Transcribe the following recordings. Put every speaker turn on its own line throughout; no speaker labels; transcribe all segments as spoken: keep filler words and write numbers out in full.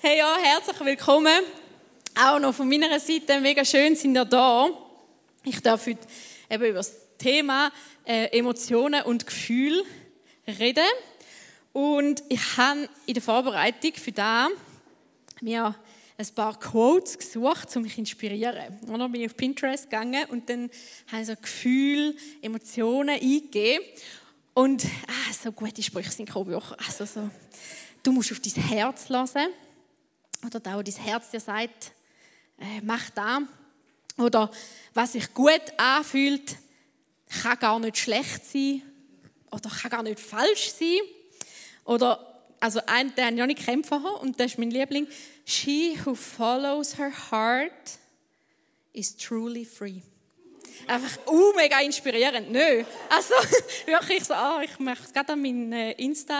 Hey ja, herzlich willkommen. Auch noch von meiner Seite, mega schön sind ihr da. Ich darf heute eben über das Thema äh, Emotionen und Gefühle reden. Und ich habe in der Vorbereitung für das mir ein paar Quotes gesucht, um mich zu inspirieren. Und dann bin ich auf Pinterest gegangen und dann habe ich so Gefühle, Emotionen eingegeben. Und ah, so gute Sprüche sind gekommen. Also so, du musst auf dein Herz hören. Oder da, wo dein Herz dir sagt, äh, mach das. Oder was sich gut anfühlt, kann gar nicht schlecht sein. Oder kann gar nicht falsch sein. Oder, also einen, den habe ich noch nicht gekannt vorher, und das ist mein Liebling. She who follows her heart is truly free. Einfach uh, mega inspirierend. Nö. Also wirklich so, ah, ich mache es gerade an meine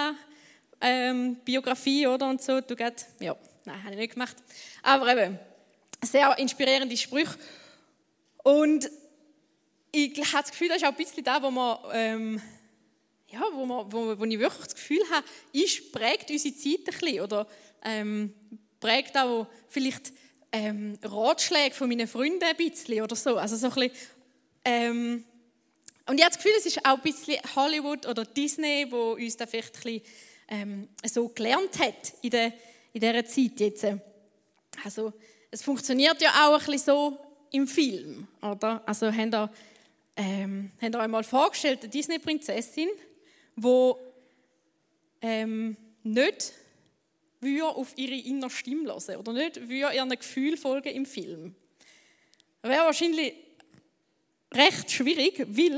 Insta-Biografie ähm, oder und so. Du gehst, ja. Nein, habe ich nicht gemacht. Aber eben, sehr inspirierende Sprüche. Und ich habe das Gefühl, das ist auch ein bisschen da, wo man, ähm, ja, wo, man, wo, wo ich wirklich das Gefühl habe, ist, prägt unsere Zeit ein bisschen. Oder ähm, prägt auch vielleicht ähm, Ratschläge von meinen Freunden ein bisschen oder so. Also so ein bisschen, ähm, und ich habe das Gefühl, es ist auch ein bisschen Hollywood oder Disney, wo uns da vielleicht ein bisschen ähm, so gelernt hat in der in dieser Zeit jetzt. Also, es funktioniert ja auch ein bisschen so im Film, oder? Also, habt ihr, ähm, habt ihr euch mal vorgestellt, eine Disney-Prinzessin, die ähm, nicht auf ihre innere Stimme hören oder nicht ihren Gefühl folgen im Film? Das wäre wahrscheinlich recht schwierig, weil,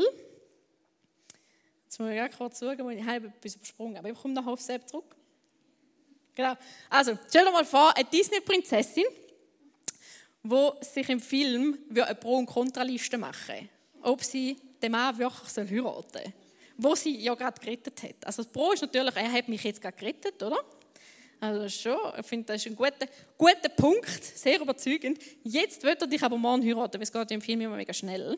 jetzt muss ich gerade kurz schauen, ich habe etwas übersprungen, aber ich komme nachher auf selbst zurück. Genau. Also, stell dir mal vor, eine Disney-Prinzessin, die sich im Film eine Pro- und Kontraliste machen will, ob sie den Mann wirklich heiraten soll, wo sie ja gerade gerettet hat. Also das Pro ist natürlich, er hat mich jetzt gerade gerettet, oder? Also schon, ich finde, das ist ein guter, guter Punkt, sehr überzeugend. Jetzt will er dich aber morgen heiraten, weil es geht im Film immer mega schnell.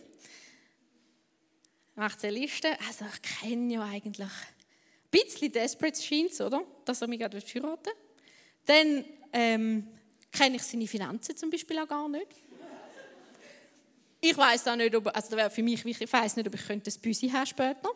Macht sie eine Liste, also ich kenne ja eigentlich... Ein bisschen desperate scheint, oder? Dass er mich gerade heiraten will. Dann ähm, kenne ich seine Finanzen zum Beispiel auch gar nicht. Ich weiss auch nicht, ob, also das wäre für mich wichtig, ich weiss nicht, ob ich könnte ein Büsi haben später.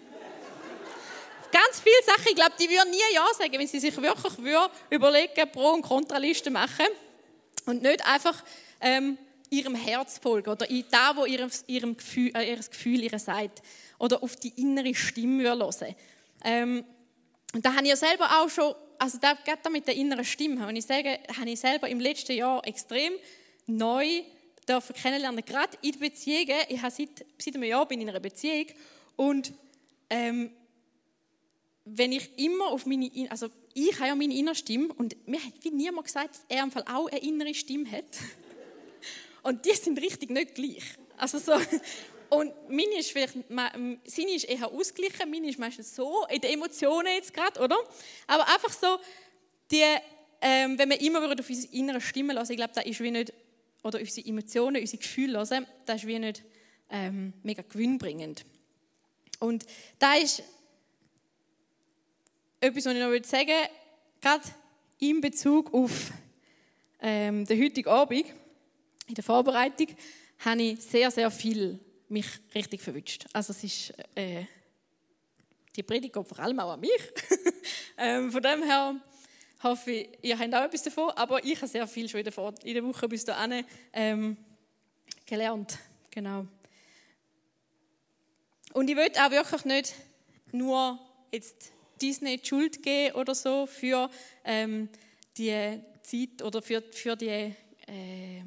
Ganz viele Sachen, ich glaube, die würden nie Ja sagen, wenn sie sich wirklich würden überlegen, Pro- und Kontralisten machen und nicht einfach ähm, ihrem Herz folgen oder in das, wo ihrem, ihrem Gefühl, äh, ihr Gefühl ihr sagt. Oder auf die innere Stimme hören. Ähm, und da habe ich ja selber auch schon, also da geht da mit der inneren Stimme, wenn ich sage, habe ich selber im letzten Jahr extrem neu dürfen kennenlernen, gerade in Beziehungen. Ich habe seit, seit einem Jahr bin ich in einer Beziehung und ähm, wenn ich immer auf meine, also ich habe ja meine innere Stimme und mir hat wie niemand gesagt, dass er im Fall auch eine innere Stimme hat. Und die sind richtig nicht gleich. Also so... Und meine ist vielleicht, seine ist eher ausgeglichen, meine ist meistens so, in den Emotionen jetzt gerade, oder? Aber einfach so, die, ähm, wenn wir immer auf unsere innere Stimme hören, ich glaube, das ist wie nicht, oder unsere Emotionen, unsere Gefühle hören, das ist wie nicht ähm, mega gewinnbringend. Und da ist etwas, was ich noch sagen will, gerade in Bezug auf ähm, den heutigen Abend, in der Vorbereitung, habe ich sehr, sehr viel mich richtig verwünscht. Also es ist, äh, die Predigt geht vor allem auch an mich. ähm, von dem her hoffe ich, ihr habt auch etwas davon, aber ich habe sehr viel schon in der, in der Woche bis dahin ähm, gelernt. Genau. Und ich will auch wirklich nicht nur jetzt Disney die Schuld geben oder so für ähm, die Zeit oder für, für die äh,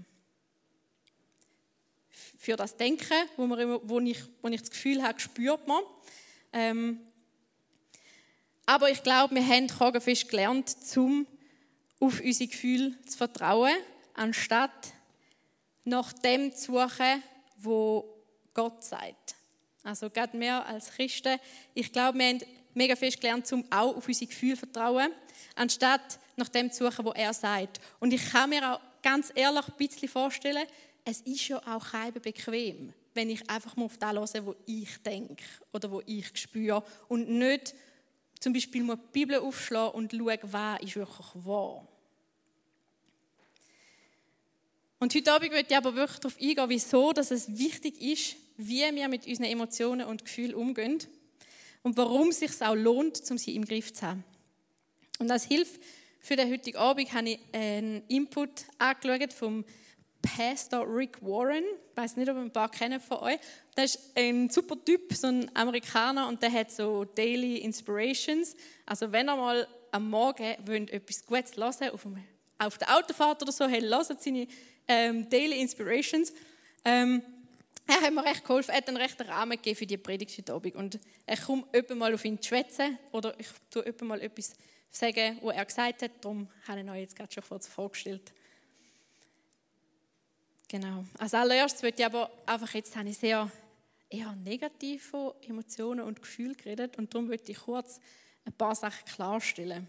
für das Denken, wo, man, wo, ich, wo ich das Gefühl habe, spürt man. Ähm, aber ich glaube, wir haben Kragenfest gelernt, um auf unsere Gefühle zu vertrauen, anstatt nach dem zu suchen, was Gott sagt. Also gerade mehr als Christen. Ich glaube, wir haben mega fest gelernt, um auch auf unsere Gefühle zu vertrauen, anstatt nach dem zu suchen, was er sagt. Und ich kann mir auch ganz ehrlich ein bisschen vorstellen, es ist ja auch keinem bequem, wenn ich einfach mal auf das höre, was ich denke oder was ich spüre und nicht zum Beispiel mal die Bibel aufschlagen und schauen, was ist wirklich wahr. Und heute Abend möchte ich aber wirklich darauf eingehen, wieso dass es wichtig ist, wie wir mit unseren Emotionen und Gefühlen umgehen und warum es sich auch lohnt, um sie im Griff zu haben. Und als Hilfe für den heutigen Abend habe ich einen Input angeschaut vom Pastor Rick Warren. Ich weiß nicht, ob ihr ein paar kennen von euch. Der ist ein super Typ, so ein Amerikaner, und der hat so Daily Inspirations. Also wenn ihr mal am Morgen wollt, etwas Gutes hören auf, dem, auf der Autofahrt oder so, hey, hört seine ähm, Daily Inspirations. Ähm, er hat mir recht geholfen, er hat einen rechten Rahmen gegeben für die Predigt heute Abend. Und ich komme öppe mal auf ihn zu schwätzen oder ich tue öppe mal etwas sagen, was er gesagt hat. Darum habe ich ihn euch jetzt gerade schon kurz vorgestellt. Genau. Als allererstes möchte ich aber einfach, jetzt habe ich sehr eher negativ von Emotionen und Gefühlen geredet und darum möchte ich kurz ein paar Sachen klarstellen.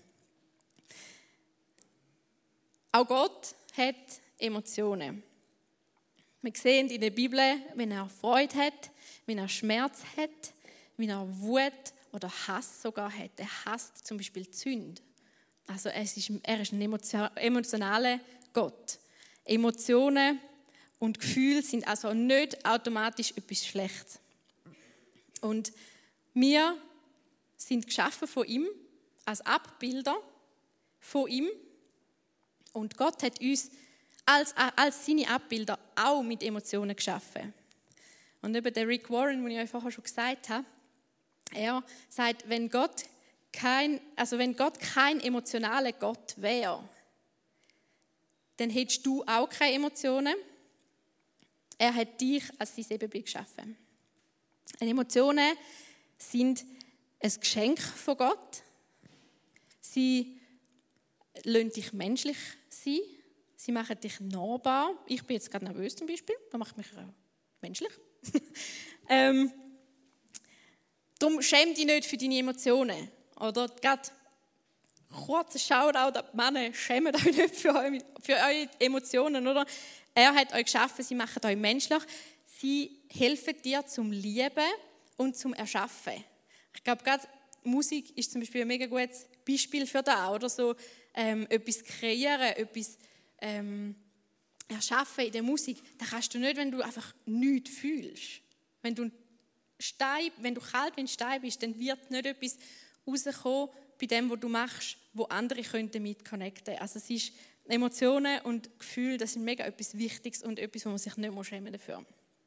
Auch Gott hat Emotionen. Wir sehen in der Bibel, wenn er Freude hat, wenn er Schmerz hat, wenn er Wut oder Hass sogar hat. Er hasst zum Beispiel die Sünde. Also es ist, er ist ein emotionaler Gott. Emotionen und Gefühle sind also nicht automatisch etwas Schlechtes. Und wir sind geschaffen von ihm, als Abbilder von ihm. Und Gott hat uns als, als seine Abbilder auch mit Emotionen geschaffen. Und eben der Rick Warren, den ich euch vorher schon gesagt habe, er sagt, wenn Gott kein, also wenn Gott kein emotionaler Gott wäre, dann hättest du auch keine Emotionen. Er hat dich als sein Ebenbild geschaffen. Emotionen sind ein Geschenk von Gott. Sie lassen dich menschlich sein. Sie machen dich nahbar. Ich bin jetzt gerade nervös zum Beispiel. Das macht mich auch menschlich. ähm, darum schäm dich nicht für deine Emotionen. Oder gerade kurzer Shoutout an die Männer, schämt euch nicht für eure, für eure Emotionen. Oder? Er hat euch geschaffen, sie machen euch menschlich. Sie helfen dir zum Lieben und zum Erschaffen. Ich glaube, gerade Musik ist zum Beispiel ein mega gutes Beispiel für das. Oder so ähm, etwas kreieren, etwas ähm, erschaffen in der Musik. Das kannst du nicht, wenn du einfach nichts fühlst. Wenn du Stein, wenn du kalt wie ein Stein bist, dann wird nicht etwas rauskommen bei dem, was du machst, wo andere damit connecten können. Also es ist Emotionen und Gefühle, das sind mega etwas Wichtiges und etwas, wo man sich nicht schämen dafür.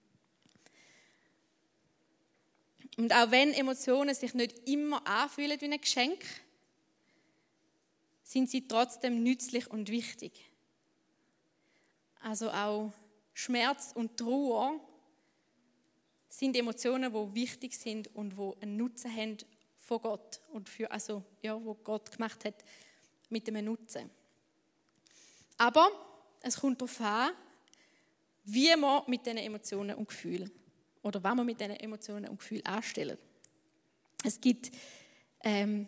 Und auch wenn Emotionen sich nicht immer anfühlen wie ein Geschenk, sind sie trotzdem nützlich und wichtig. Also auch Schmerz und Trauer sind Emotionen, die wichtig sind und die einen Nutzen haben von Gott und für, also ja, wo Gott gemacht hat mit dem Nutzen. Aber es kommt darauf an, wie man mit diesen Emotionen und Gefühlen oder was man mit diesen Emotionen und Gefühlen anstellt. Es gibt ähm,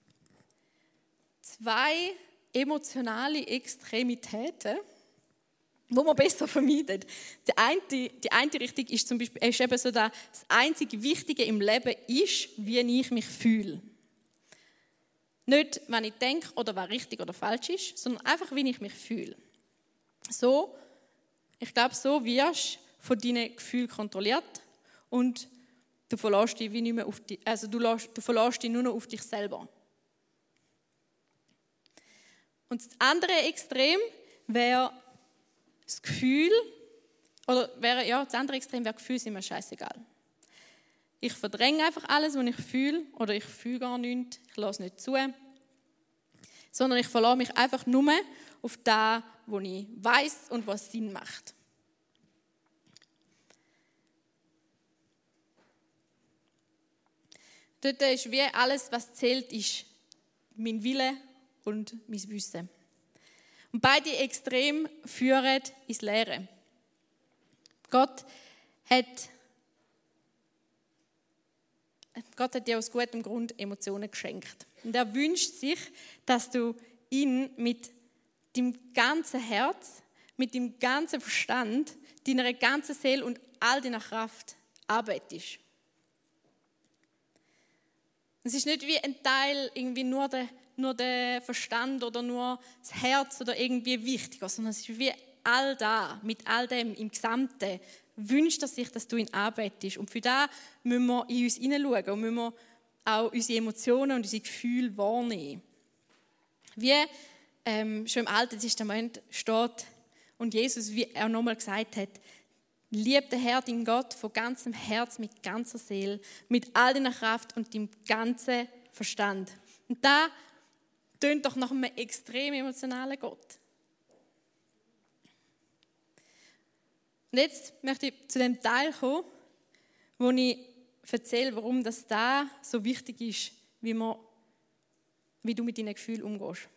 zwei emotionale Extremitäten, wo man besser vermeidet. Die eine, die eine Richtung ist zum Beispiel ist eben so, dass das einzige Wichtige im Leben ist, wie ich mich fühle. Nicht, was ich denke oder was richtig oder falsch ist, sondern einfach, wie ich mich fühle. So, ich glaube, so wirst du von deinen Gefühlen kontrolliert und du verlässt dich wie nicht mehr auf die, also du, lässt, du verlässt dich nur noch auf dich selber. Und das andere Extrem wäre das Gefühl, oder wäre, ja, das andere Extrem wäre, Gefühle sind mir scheißegal. Ich verdränge einfach alles, was ich fühle, oder ich fühle gar nichts, ich lasse nicht zu, sondern ich verlasse mich einfach nur auf das, was ich weiss und was Sinn macht. Dort ist wie alles, was zählt, ist mein Wille und mein Wissen. Und beide Extreme führen ins Leere. Gott hat, Gott hat dir aus gutem Grund Emotionen geschenkt. Und er wünscht sich, dass du ihn mit deinem ganzen Herz, mit deinem ganzen Verstand, deiner ganzen Seele und all deiner Kraft arbeitest. Es ist nicht wie ein Teil, irgendwie nur der, nur der Verstand oder nur das Herz oder irgendwie wichtiger, sondern es ist wie all da, mit all dem im Gesamten, wünscht er sich, dass du ihn anbetest. Und für das müssen wir in uns hineinschauen und müssen wir auch unsere Emotionen und unsere Gefühle wahrnehmen. Wie ähm, schon im Alten Testament steht und Jesus, wie er nochmal gesagt hat, lieb den Herrn, deinen Gott, von ganzem Herz, mit ganzer Seele, mit all deiner Kraft und deinem ganzen Verstand. Und da tönt doch nach einem extrem emotionalen Gott. Und jetzt möchte ich zu dem Teil kommen, wo ich erzähle, warum das da so wichtig ist, wie, man, wie du mit deinen Gefühlen umgehst.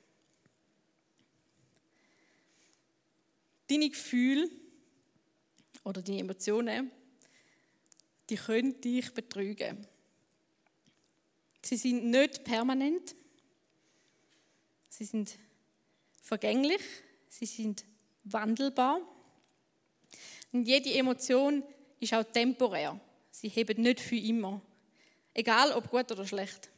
Deine Gefühle oder deine Emotionen, die können dich betrügen. Sie sind nicht permanent, sie sind vergänglich, sie sind wandelbar. Und jede Emotion ist auch temporär. Sie heben nicht für immer. Egal, ob gut oder schlecht.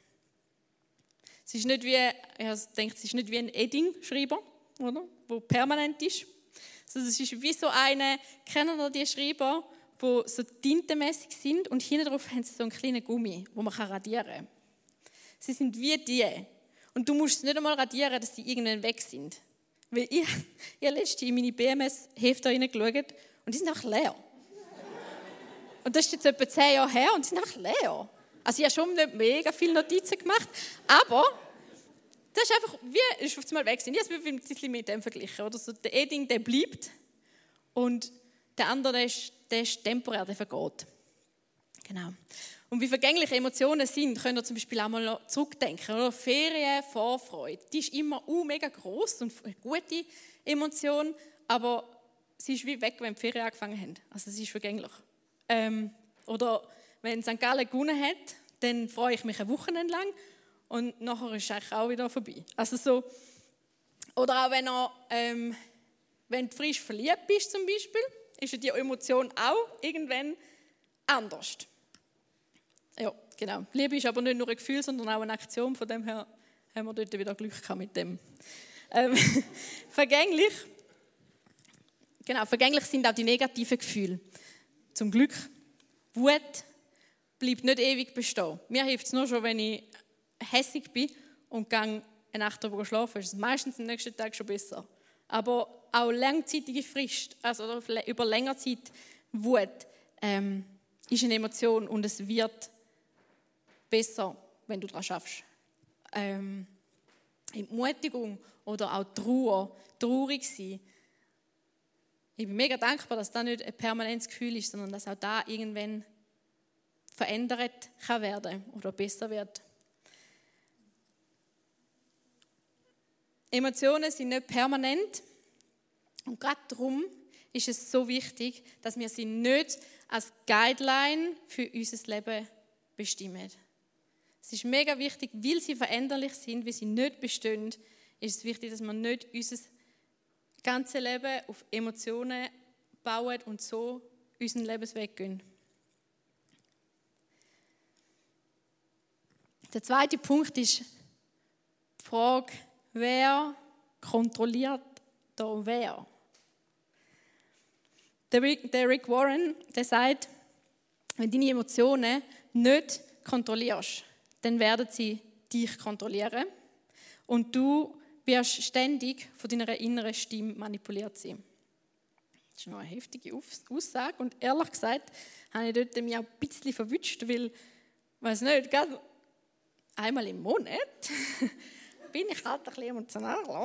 Es ist nicht wie, ich denke, es ist nicht wie ein Edding-Schreiber, oder? Wo permanent ist. Also es ist wie so eine, kennen ihr die Schreiber, die so tintenmässig sind und hinten drauf haben sie so einen kleinen Gummi, wo man radieren kann. Sie sind wie die. Und du musst nicht einmal radieren, dass sie irgendwann weg sind. Weil ich, ich habe letztens in meine B M S-Hefte reingeschaut und die sind einfach leer. Und das ist jetzt etwa zehn Jahre her und die sind einfach leer. Also ich habe schon nicht mega viele Notizen gemacht, aber das ist einfach, wie ist auf einmal weg. Ich habe es ein bisschen mit dem verglichen. Oder so, der Edding, der bleibt und der andere, der ist, der ist temporär, der vergeht. Genau. Und wie vergängliche Emotionen sind, könnt ihr zum Beispiel auch mal zurückdenken. Oder? Ferien, Vorfreude, die ist immer uh, mega gross und eine gute Emotion, aber sie ist wie weg, wenn die Ferien angefangen haben. Also sie ist vergänglich. Ähm, oder wenn Sankt Gallen gewonnen hat, dann freue ich mich ein Wochenende lang und nachher ist es eigentlich auch wieder vorbei. Also so, oder auch wenn, er, ähm, wenn du frisch verliebt bist zum Beispiel, ist die Emotion auch irgendwann anders. Ja, genau. Liebe ist aber nicht nur ein Gefühl, sondern auch eine Aktion. Von dem her haben wir dort wieder Glück gehabt mit dem. Ähm, vergänglich. Genau, vergänglich sind auch die negativen Gefühle. Zum Glück. Wut bleibt nicht ewig bestehen. Mir hilft es nur schon, wenn ich hässig bin und gehe eine Nacht darüber schlafen, ist es meistens am nächsten Tag schon besser. Aber auch langzeitige Frist, also über längere Zeit Wut, ähm, ist eine Emotion und es wird besser, wenn du daran schaffst. Ähm, Entmutigung oder auch Trauer, traurig sein. Ich bin mega dankbar, dass das nicht ein permanentes Gefühl ist, sondern dass auch da irgendwann verändert kann werden oder besser wird. Emotionen sind nicht permanent und gerade darum ist es so wichtig, dass wir sie nicht als Guideline für unser Leben bestimmen. Es ist mega wichtig, weil sie veränderlich sind, weil sie nicht bestehen, ist es wichtig, dass wir nicht unser ganzes Leben auf Emotionen bauen und so unseren Lebensweg gehen. Der zweite Punkt ist die Frage, wer kontrolliert da wer? Der Rick, der Rick Warren, der sagt, wenn du deine Emotionen nicht kontrollierst, dann werden sie dich kontrollieren und du wirst ständig von deiner inneren Stimme manipuliert sein. Das ist noch eine heftige Aussage und ehrlich gesagt habe ich dort mich auch ein bisschen verwünscht, weil, ich weiß nicht, gerade einmal im Monat bin ich halt ein bisschen emotional.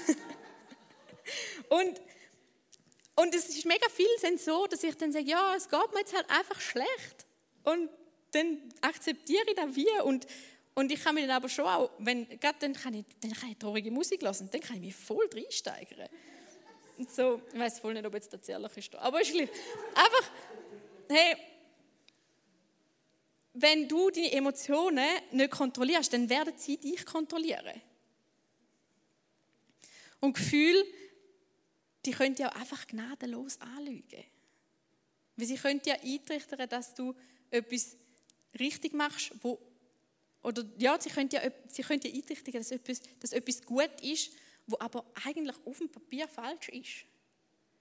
und, und es ist mega viel so, dass ich dann sage, ja, es geht mir jetzt halt einfach schlecht. Und dann akzeptiere ich das wie und, und ich kann mich dann aber schon auch, wenn, gerade dann kann ich, dann kann ich traurige Musik hören und dann kann ich mich voll reinsteigern. Und so, ich weiß voll nicht, ob jetzt das ehrlich ist, aber ist schlimm. Einfach, hey, wenn du deine Emotionen nicht kontrollierst, dann werden sie dich kontrollieren. Und Gefühle, die können dir auch einfach gnadenlos anlügen. Weil sie können dir eintrichtern, dass du etwas richtig machst, wo, oder ja, sie können dir, sie können dir eintrichtern, dass etwas, dass etwas gut ist, wo aber eigentlich auf dem Papier falsch ist.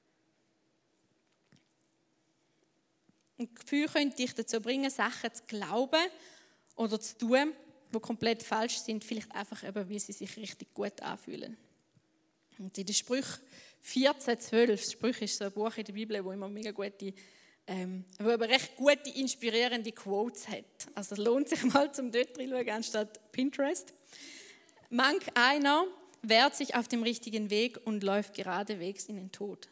ein Gefühl könnte dich dazu bringen, Sachen zu glauben oder zu tun, die komplett falsch sind, vielleicht einfach eben, weil sie sich richtig gut anfühlen. Und in den Sprüchen vierzehn, zwölf, Sprüche ist so ein Buch in der Bibel, wo immer mega gute, ähm, wo aber recht gute, inspirierende Quotes hat. Also es lohnt sich mal zum dort reinschauen, anstatt Pinterest. Manch einer wehrt sich auf dem richtigen Weg und läuft geradewegs in den Tod.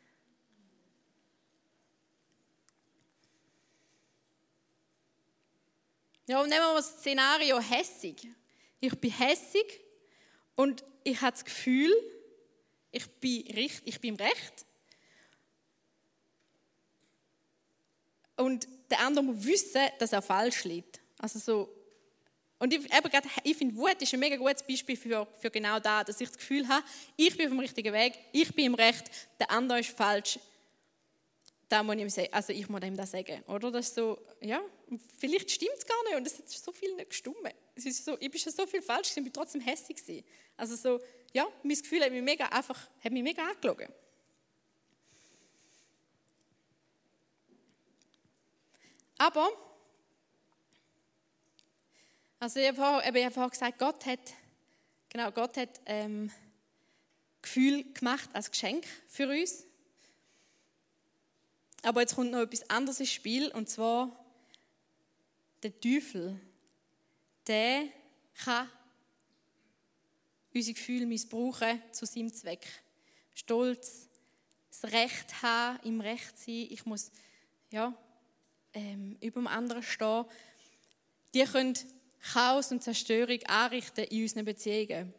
Ja, und nehmen wir mal das Szenario hässig. Ich bin hässig und ich habe das Gefühl, ich bin, richtig, ich bin im Recht. Und der andere muss wissen, dass er falsch liegt. Also so. Und ich, eben grad, ich finde, Wut ist ein mega gutes Beispiel für, für genau das, dass ich das Gefühl habe, ich bin auf dem richtigen Weg, ich bin im Recht, der andere ist falsch. Da muss ich ihm sagen, also ich muss ihm das sagen. Oder? Das ist so, ja, vielleicht stimmt es gar nicht und es hat so viel nicht gestimmt. Es ist so, ich bin schon so viel falsch gewesen, ich bin trotzdem hässlich gewesen. Also so, ja, mein Gefühl hat mich mega einfach, hat mich mega angelogen. Aber, also ich habe vorhin, vorhin gesagt, Gott hat, genau, Gott hat ähm, Gefühl gemacht als Geschenk für uns. Aber jetzt kommt noch etwas anderes ins Spiel, und zwar der Teufel. Der kann unsere Gefühle missbrauchen zu seinem Zweck. Stolz, das Recht haben, im Recht sein, ich muss ja, ähm, über dem anderen stehen. Die können Chaos und Zerstörung anrichten in unseren Beziehungen.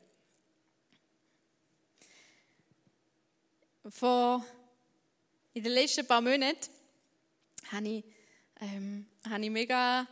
Vor In den letzten paar Monaten habe ich, ähm, habe ich mega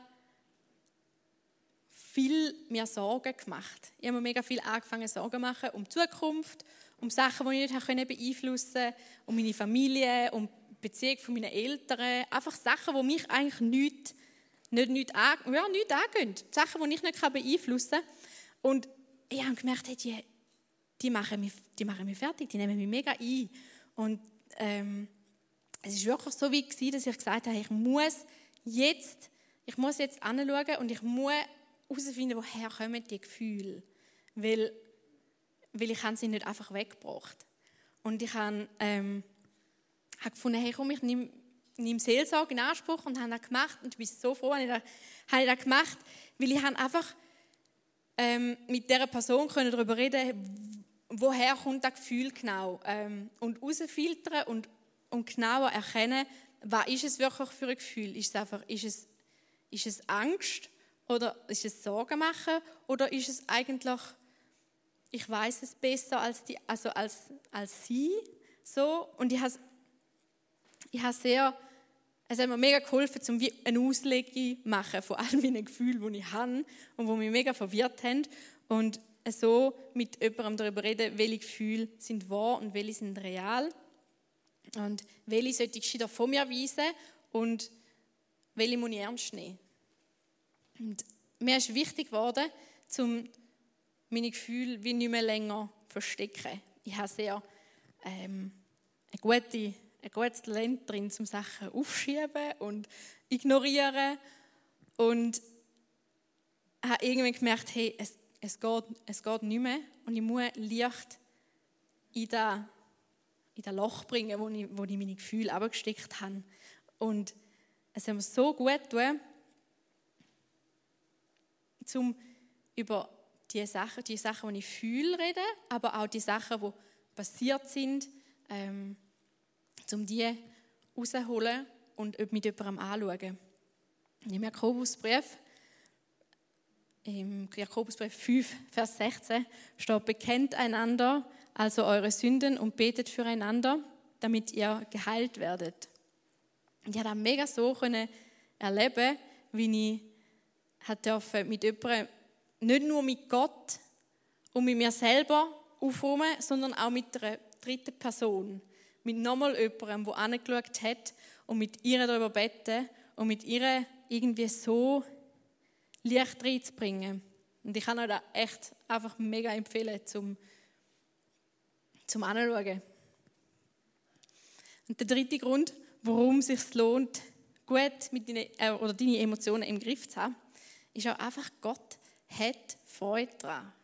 viel mir Sorgen gemacht. Ich habe mir mega viel angefangen Sorgen zu machen um die Zukunft, um Sachen, die ich nicht beeinflussen konnte, um meine Familie, um die Beziehung von meinen Eltern. Einfach Sachen, die mich eigentlich nicht, nicht, nicht, an, ja, nicht angehen. Sachen, die ich nicht beeinflussen kann. Und ich habe gemerkt, hey, die, die, machen mich, die machen mich fertig, die nehmen mich mega ein. Und ähm, es war wirklich so weit, dass ich gesagt habe, ich muss jetzt, ich muss jetzt hinschauen und ich muss herausfinden, woher kommen die Gefühle. Weil, weil ich habe sie nicht einfach weggebracht. Und ich habe, ähm, habe gefunden, hey komm, ich nehme, nehme Seelsorge in Anspruch und habe das gemacht. Und ich bin so froh, habe ich das, habe ich das gemacht, weil ich habe einfach ähm, mit dieser Person darüber reden, woher kommt das Gefühl genau. Ähm, und herausfiltern und und genauer erkennen, was ist es wirklich für ein Gefühl? Ist es einfach, ist es, ist es Angst oder ist es Sorgen machen oder ist es eigentlich, ich weiß es besser als die, also als, als sie so? Und ich habe, ich habe sehr, es hat mir mega geholfen, um wie eine Auslegung zu machen von all meinen Gefühlen, die ich habe und die mich mega verwirrt haben, und so mit jemandem darüber reden, welche Gefühle sind wahr und welche sind real. Und welche sollte ich gescheiter von mir weisen und welche muss ich ernst nehmen. Und mir ist wichtig geworden, um meine Gefühle wie nicht mehr länger zu verstecken. Ich habe sehr ähm, ein, gute, ein gutes Talent drin, um Sachen aufschieben und ignorieren. Und habe irgendwann gemerkt, hey, es, es, geht, es geht nicht mehr und ich muss Licht in das in das Loch bringen, wo ich, wo ich meine Gefühle abgesteckt habe. Und es hat mir so gut getan, um über die Sachen, die Sachen, die ich fühle, reden, aber auch die Sachen, die passiert sind, ähm, um die rauszuholen und mit jemandem anschauen. Im Jakobusbrief, im Jakobusbrief fünf, Vers sechzehn, steht: Bekennt einander also eure Sünden und betet füreinander, damit ihr geheilt werdet. Und ich habe das mega so erleben, wie ich durfte mit jemandem, nicht nur mit Gott und mit mir selber aufräumen, sondern auch mit einer dritten Person. Mit nochmal jemandem, der angeschaut hat und mit ihr darüber beten und mit ihr irgendwie so Licht reinzubringen. Und ich kann euch das echt einfach mega empfehlen, zum zum Anschauen. Und der dritte Grund, warum es sich lohnt, gut mit deinen, äh, oder deine Emotionen im Griff zu haben, ist auch einfach, Gott hat Freude daran.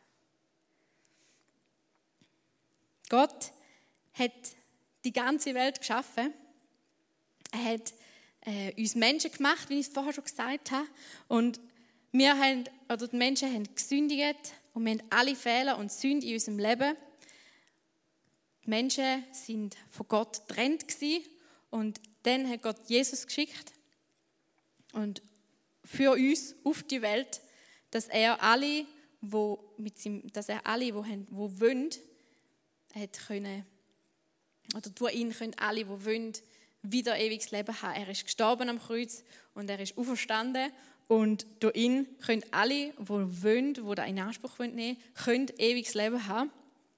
Gott hat die ganze Welt geschaffen. Er hat äh, uns Menschen gemacht, wie ich es vorher schon gesagt habe. Und wir haben, oder die Menschen haben gesündigt und wir haben alle Fehler und Sünde in unserem Leben. Die Menschen sind von Gott getrennt gewesen und dann hat Gott Jesus geschickt und für uns auf die Welt, dass er alle, wo mit seinem, dass er alle, wo haben, wo wollen, hat können, oder durch ihn können alle, die wollen, wieder ewiges Leben haben. Er ist gestorben am Kreuz und er ist auferstanden und durch ihn können alle, die wollen, die da in Anspruch nehmen wollen, können ewiges Leben haben.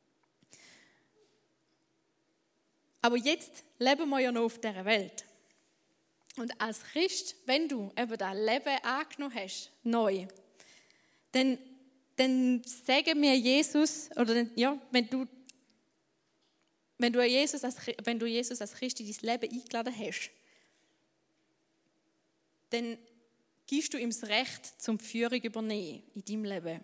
Aber jetzt leben wir ja noch auf dieser Welt. Und als Christ, wenn du eben das Leben angenommen hast, neu, dann, dann sagen wir Jesus, oder dann, ja, wenn du, wenn du, Jesus als, wenn du Jesus als Christ in dein Leben eingeladen hast, dann gibst du ihm das Recht zum Führung übernehmen in deinem Leben.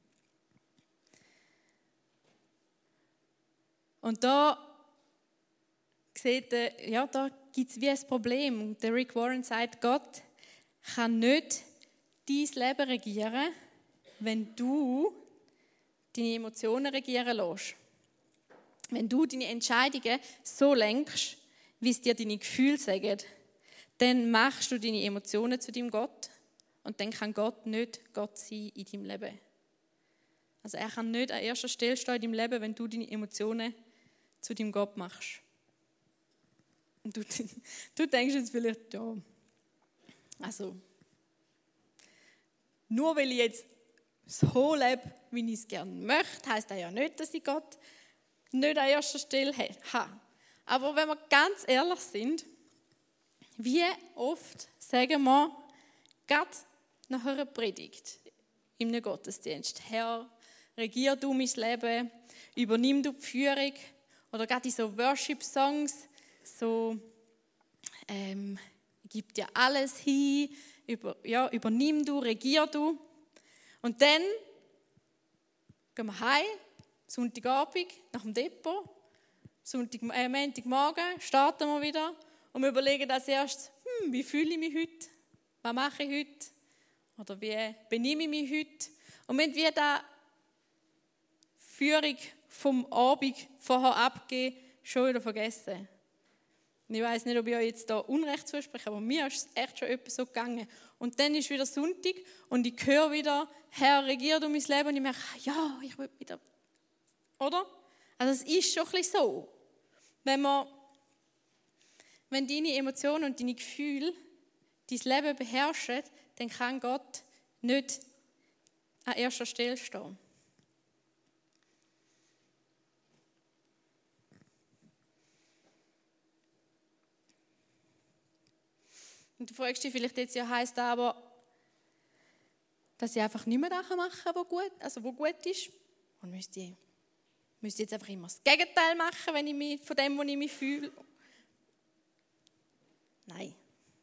Und da seht ihr, ja, da gibt es wie ein Problem. Und der Rick Warren sagt, Gott kann nicht dein Leben regieren, wenn du deine Emotionen regieren lässt. Wenn du deine Entscheidungen so lenkst, wie es dir deine Gefühle sagen, dann machst du deine Emotionen zu deinem Gott und dann kann Gott nicht Gott sein in deinem Leben. Also er kann nicht an erster Stelle stehen in deinem Leben, wenn du deine Emotionen zu deinem Gott machst. Und du, du denkst jetzt vielleicht, ja, also nur weil ich jetzt so lebe, wie ich es gerne möchte, heisst das ja nicht, dass ich Gott nicht an erster Stelle habe. Aber wenn wir ganz ehrlich sind, wie oft sagen wir, gerade nach einer Predigt in einem Gottesdienst, Herr, regier du mein Leben, übernimm du die Führung, oder gerade in so Worship-Songs, so, ähm, gib dir alles hin, über, ja, übernimm du, regier du. Und dann gehen wir heim, Sonntagabend, nach dem Depot, Sonntag, äh, Montagmorgen starten wir wieder und wir überlegen als erstes, hm, wie fühle ich mich heute, was mache ich heute oder wie benehme ich mich heute. Und wenn wir da Führung vom Abend vorher abgeben, schon wieder vergessen. Ich weiss nicht, ob ich euch jetzt da Unrecht zuspreche, aber mir ist es echt schon etwas so gegangen. Und dann ist wieder Sonntag und ich höre wieder, Herr, regier du mein Leben. Und ich merke, ja, ich will wieder. Oder? Also es ist schon ein bisschen so. Wenn, man, wenn deine Emotionen und deine Gefühle dein Leben beherrschen, dann kann Gott nicht an erster Stelle stehen. Und du fragst dich vielleicht jetzt, ja, heisst das aber, dass ich einfach nicht mehr das machen kann, was gut, also was gut ist? Und müsste ich, müsste ich jetzt einfach immer das Gegenteil machen, wenn ich mich, von dem, was ich mich fühle? Nein.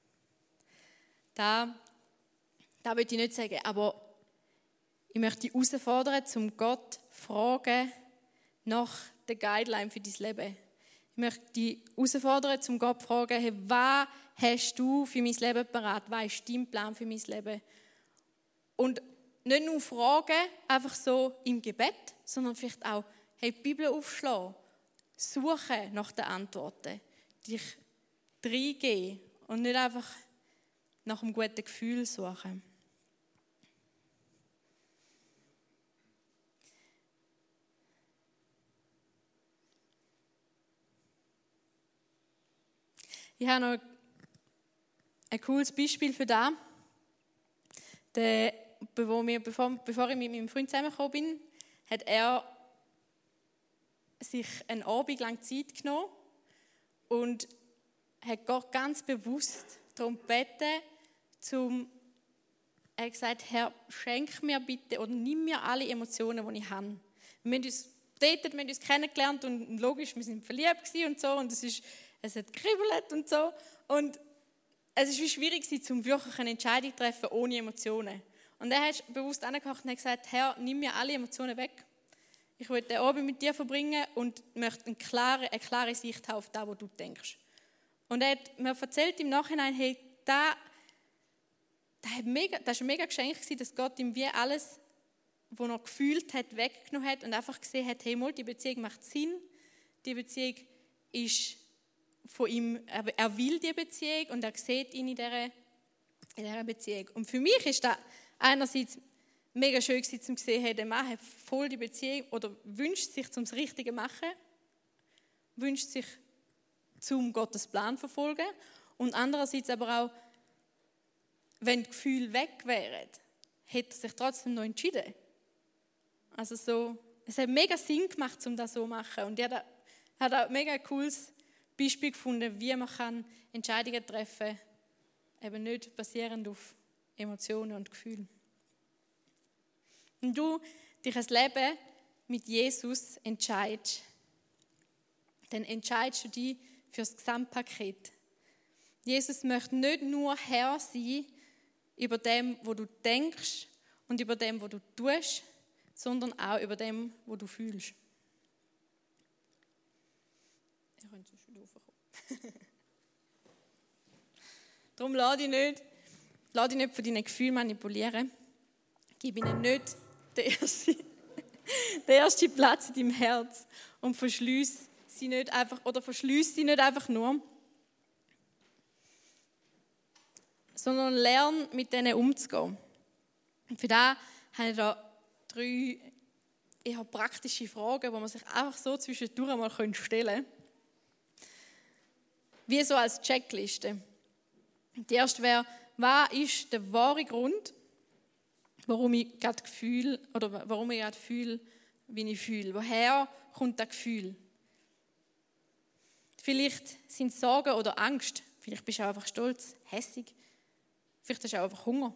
Das, das will ich nicht sagen, aber ich möchte dich herausfordern, zum Gott zu fragen nach der Guideline für dein Leben. Ich möchte dich herausfordern, zum Gott zu fragen, hey, was hast du für mein Leben parat? Was ist dein Plan für mein Leben? Und nicht nur fragen, einfach so im Gebet, sondern vielleicht auch, hey, die Bibel aufschlagen, suchen nach den Antworten, dich reingehen und nicht einfach nach einem guten Gefühl suchen. Ich habe noch ein cooles Beispiel für das. Der, bevor, wir, bevor, bevor ich mit meinem Freund zusammengekommen bin, hat er sich einen Abend lang Zeit genommen und hat Gott ganz bewusst darum gebeten, zum, er hat gesagt, Herr, schenk mir bitte oder nimm mir alle Emotionen, die ich habe. Wir haben uns datet, wir haben uns kennengelernt und logisch, wir sind verliebt und so und es, ist, es hat gekribbelt und so. Und es ist wie schwierig, zum wirklich eine Entscheidung zu treffen ohne Emotionen. Und er hat bewusst angekocht und hat gesagt, Herr, nimm mir alle Emotionen weg. Ich will den Abend mit dir verbringen und möchte eine klare, eine klare Sicht haben auf das, was du denkst. Und er hat mir erzählt im Nachhinein, hey, das, das, hat mega, das war ein mega Geschenk, dass Gott ihm wie alles, was er gefühlt hat, weggenommen hat und einfach gesehen hat, hey, mal, die Beziehung macht Sinn, die Beziehung ist von ihm, er will die Beziehung und er sieht ihn in dieser, in dieser Beziehung. Und für mich ist das einerseits mega schön gewesen, zu sehen, hey, der Mann hat voll die Beziehung oder wünscht sich zum Richtigen machen, wünscht sich zum Gottes Plan verfolgen und andererseits aber auch, wenn die Gefühle weg wären, hätte er sich trotzdem noch entschieden. Also so, es hat mega Sinn gemacht, um das so zu machen und ich habe ein mega cooles Beispiel gefunden, wie man kann Entscheidungen treffen kann, eben nicht basierend auf Emotionen und Gefühle. Wenn du dich ein Leben mit Jesus entscheidest, dann entscheidest du dich für das Gesamtpaket. Jesus möchte nicht nur Herr sein über dem, was du denkst und über dem, was du tust, sondern auch über dem, was du fühlst. Ihr könnt schon wieder raufkommen. Darum lass dich nicht, lass dich nicht von deinen Gefühlen manipulieren. Gib ihnen nicht den ersten, den ersten Platz in deinem Herz und verschließ sie nicht einfach, oder verschließ sie nicht einfach nur, sondern lern, mit denen umzugehen. Und für das habe ich da drei eher praktische Fragen, die man sich einfach so zwischendurch mal stellen kann. Wie so als Checkliste. Die erste wäre, was ist der wahre Grund, warum ich gerade Gefühl oder warum ich gerade fühle, wie ich fühle? Woher kommt das Gefühl? Vielleicht sind es Sorgen oder Angst. Vielleicht bist du auch einfach stolz, hässig. Vielleicht hast du auch einfach Hunger.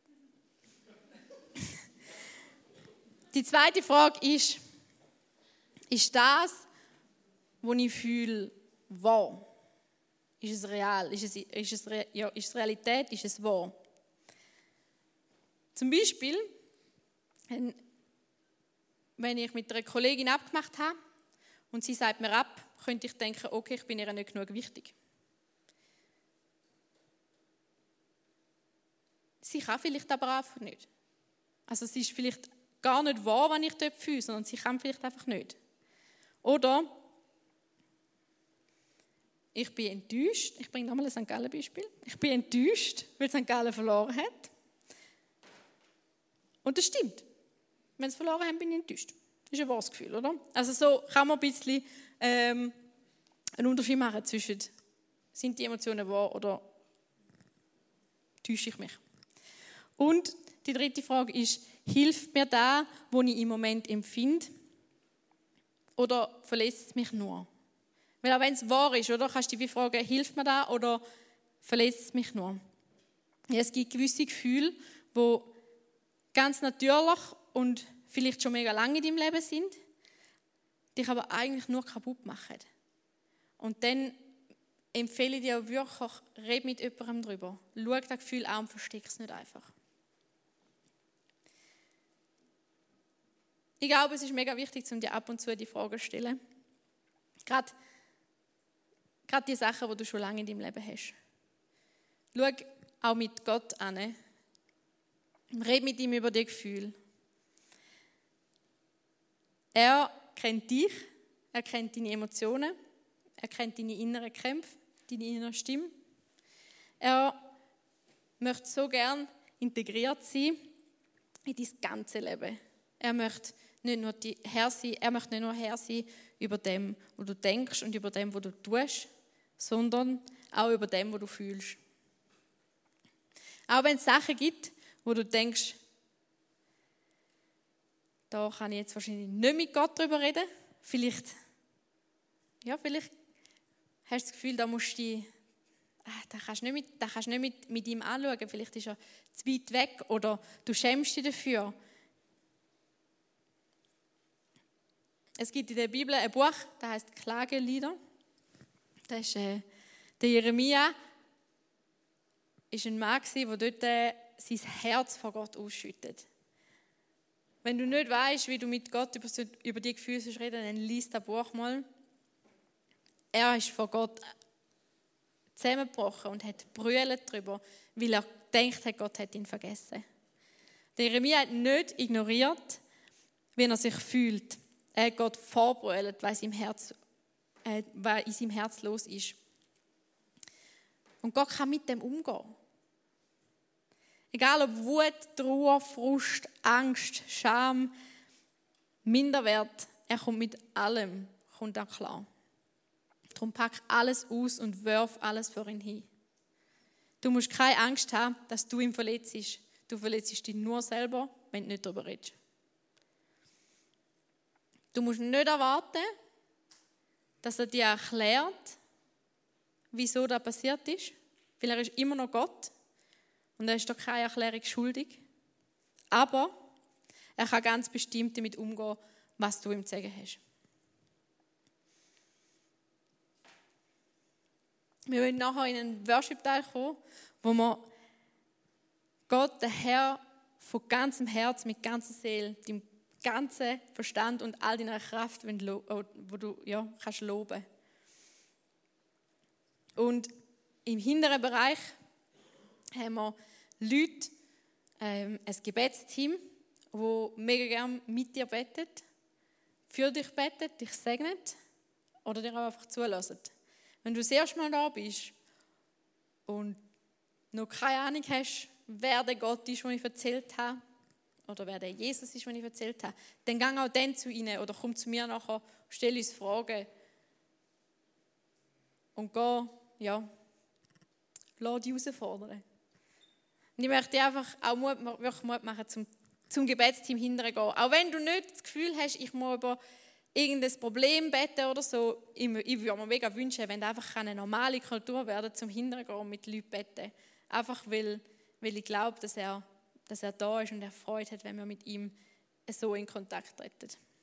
Die zweite Frage ist, ist das, was ich fühle, wahr? Ist es real? Ist es, ist es, ja, ist es Realität? Ist es wahr? Zum Beispiel, wenn ich mit einer Kollegin abgemacht habe und sie sagt mir ab, könnte ich denken, okay, ich bin ihr nicht genug wichtig. Sie kann vielleicht aber einfach nicht. Also es ist vielleicht gar nicht wahr, was ich dort fühle, sondern sie kann vielleicht einfach nicht. Oder ich bin enttäuscht, ich bringe nochmal ein Sankt Gallen-Beispiel, ich bin enttäuscht, weil Sankt Gallen verloren hat. Und das stimmt. Wenn sie verloren haben, bin ich enttäuscht. Das ist ein wahres Gefühl, oder? Also so kann man ein bisschen ähm, einen Unterschied machen zwischen, sind die Emotionen wahr oder täusche ich mich? Und die dritte Frage ist, hilft mir das, was ich im Moment empfinde, oder verletzt es mich nur? Weil auch wenn es wahr ist, oder, kannst du dich fragen, hilft mir das oder verletzt es mich nur? Ja, es gibt gewisse Gefühle, die ganz natürlich und vielleicht schon mega lange in deinem Leben sind, dich aber eigentlich nur kaputt machen. Und dann empfehle ich dir auch wirklich, red mit jemandem darüber. Schau das Gefühl an und versteck es nicht einfach. Ich glaube, es ist mega wichtig, um dir ab und zu die Fragen zu stellen. Gerade, gerade die Sachen, die du schon lange in deinem Leben hast. Schau auch mit Gott an. Red mit ihm über die Gefühle. Er kennt dich, er kennt deine Emotionen, er kennt deine inneren Kämpfe, deine innere Stimme. Er möchte so gern integriert sein in dein ganze Leben. Er möchte nicht nur die Herr sein, er möchte nicht nur Herr sein über dem, was du denkst und über dem, was du tust, sondern auch über dem, was du fühlst. Auch wenn es Sachen gibt, wo du denkst, da kann ich jetzt wahrscheinlich nicht mit Gott darüber reden. Vielleicht, ja, vielleicht hast du das Gefühl, da musst du dich, da kannst du nicht, mit, da kannst du nicht mit, mit ihm anschauen. Vielleicht ist er zu weit weg oder du schämst dich dafür. Es gibt in der Bibel ein Buch, das heißt Klagelieder. Das ist äh, der Jeremia, war ein Mann, der dort sein Herz vor Gott ausschüttet. Wenn du nicht weißt, wie du mit Gott über, über die Gefühle reden sollst, dann lies das Buch mal. Er ist vor Gott zusammengebrochen und hat brüllt darüber, weil er gedacht hat, Gott hat ihn vergessen. Der Jeremia hat nicht ignoriert, wie er sich fühlt. Er hat Gott vorbrüllt, was in seinem Herz los ist. Und Gott kann mit dem umgehen. Egal ob Wut, Trauer, Frust, Angst, Scham, Minderwert, er kommt mit allem kommt er klar. Darum pack alles aus und wirf alles vor ihn hin. Du musst keine Angst haben, dass du ihn verletzt. Du verletzt dich nur selber, wenn du nicht darüber redest. Du musst nicht erwarten, dass er dir erklärt, wieso das passiert ist, weil er ist immer noch Gott und er ist doch keine Erklärung schuldig. Aber er kann ganz bestimmt damit umgehen, was du ihm zu sagen hast. Wir wollen nachher in einen Worship-Teil kommen, wo wir Gott, den Herr, von ganzem Herz, mit ganzer Seele, deinem ganzen Verstand und all deiner Kraft, wo du ja, kannst loben. Und im hinteren Bereich haben wir Leute, ähm, ein Gebetsteam, das mega gerne mit dir betet, für dich betet, dich segnet oder dir auch einfach zulässt. Wenn du das erste Mal da bist und noch keine Ahnung hast, wer der Gott ist, den ich erzählt habe, oder wer der Jesus ist, den ich erzählt habe, dann geh auch dann zu ihnen oder komm zu mir nachher, stell uns Fragen und geh, ja, lass dich herausfordern. Und ich möchte dir einfach auch Mut, wirklich Mut machen, zum, zum Gebetsteam hinterher gehen. Auch wenn du nicht das Gefühl hast, ich muss über irgendein Problem beten oder so, ich, ich würde mir mega wünschen, wenn das einfach eine normale Kultur werden, zum Hinterher gehen und mit Leuten beten. Einfach weil, weil ich glaube, dass er, dass er da ist und er Freude hat, wenn wir mit ihm so in Kontakt treten.